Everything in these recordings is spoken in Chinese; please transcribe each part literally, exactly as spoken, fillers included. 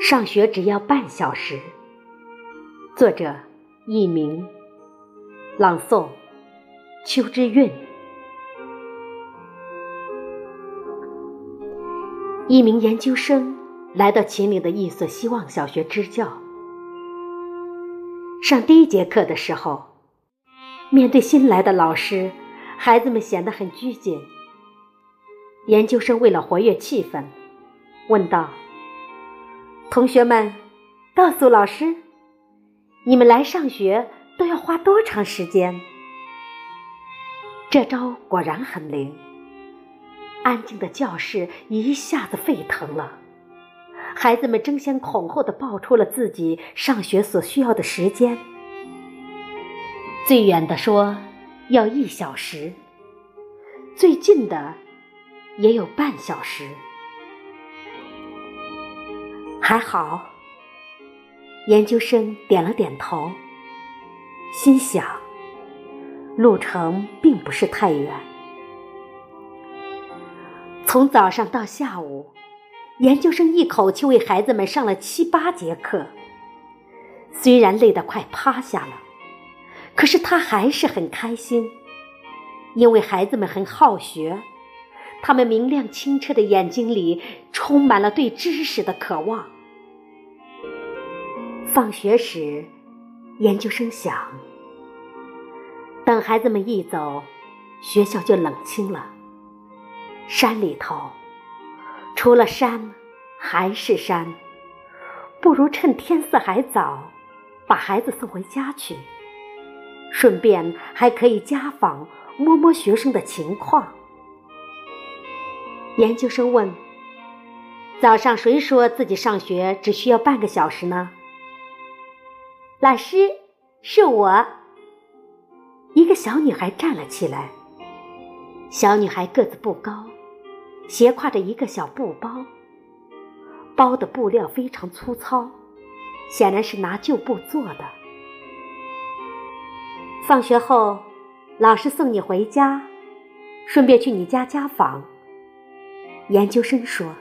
上学只要半小时。作者佚名，朗诵邱之韵。一名研究生来到秦岭的一所希望小学支教。上第一节课的时候，面对新来的老师，孩子们显得很拘谨。研究生为了活跃气氛，问道：同学们，告诉老师，你们来上学都要花多长时间？这招果然很灵，安静的教室一下子沸腾了，孩子们争先恐后地报出了自己上学所需要的时间。最远的说要一小时，最近的也有半小时。还好，研究生点了点头，心想路程并不是太远。从早上到下午，研究生一口气为孩子们上了七八节课，虽然累得快趴下了，可是他还是很开心，因为孩子们很好学，他们明亮清澈的眼睛里充满了对知识的渴望。放学时，研究生想，等孩子们一走，学校就冷清了。山里头，除了山还是山，不如趁天色还早，把孩子送回家去，顺便还可以家访，摸摸学生的情况。研究生问：早上谁说自己上学只需要半个小时呢？老师，是我。一个小女孩站了起来。小女孩个子不高，斜挎着一个小布包，包的布料非常粗糙，显然是拿旧布做的。放学后，老师送你回家，顺便去你家家访。研究生说。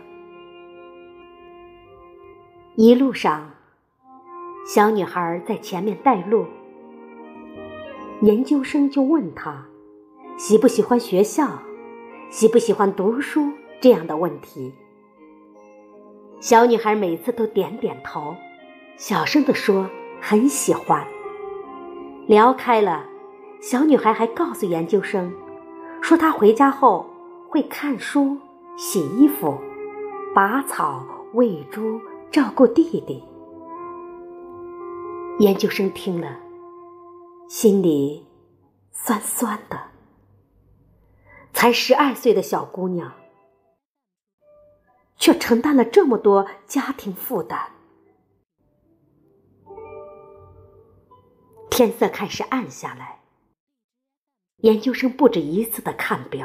一路上，小女孩在前面带路，研究生就问她喜不喜欢学校，喜不喜欢读书这样的问题。小女孩每次都点点头，小声地说很喜欢。聊开了，小女孩还告诉研究生说她回家后会看书、洗衣服、拔草、喂猪、照顾弟弟。研究生听了，心里酸酸的。才十二岁的小姑娘，却承担了这么多家庭负担。天色开始暗下来，研究生不止一次地看表，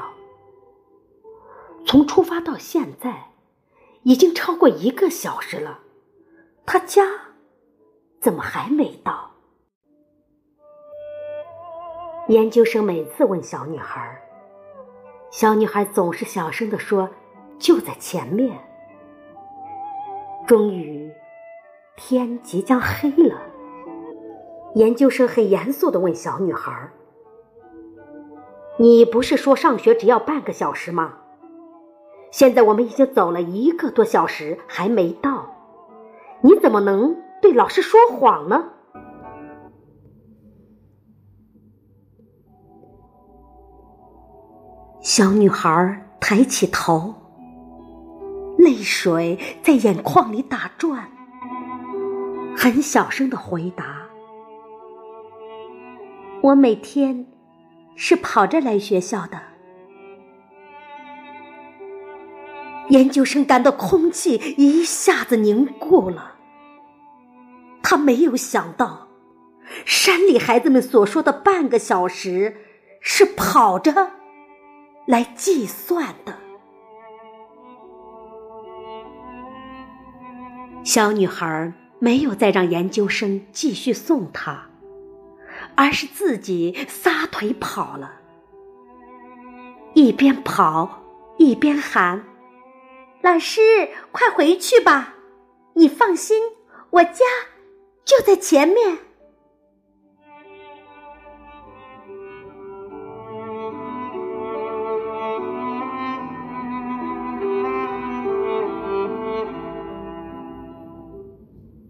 从出发到现在已经超过一个小时了，他家怎么还没到？研究生每次问小女孩，小女孩总是小声地说就在前面。终于天即将黑了，研究生很严肃地问小女孩，你不是说上学只要半个小时吗？现在我们已经走了一个多小时还没到，你怎么能对老师说谎呢？小女孩抬起头，泪水在眼眶里打转，很小声地回答，我每天是跑着来学校的。研究生感到空气一下子凝固了，他没有想到山里孩子们所说的半个小时是跑着来计算的。小女孩没有再让研究生继续送她，而是自己撒腿跑了，一边跑一边喊，老师，快回去吧， 你放心，我家就在前面。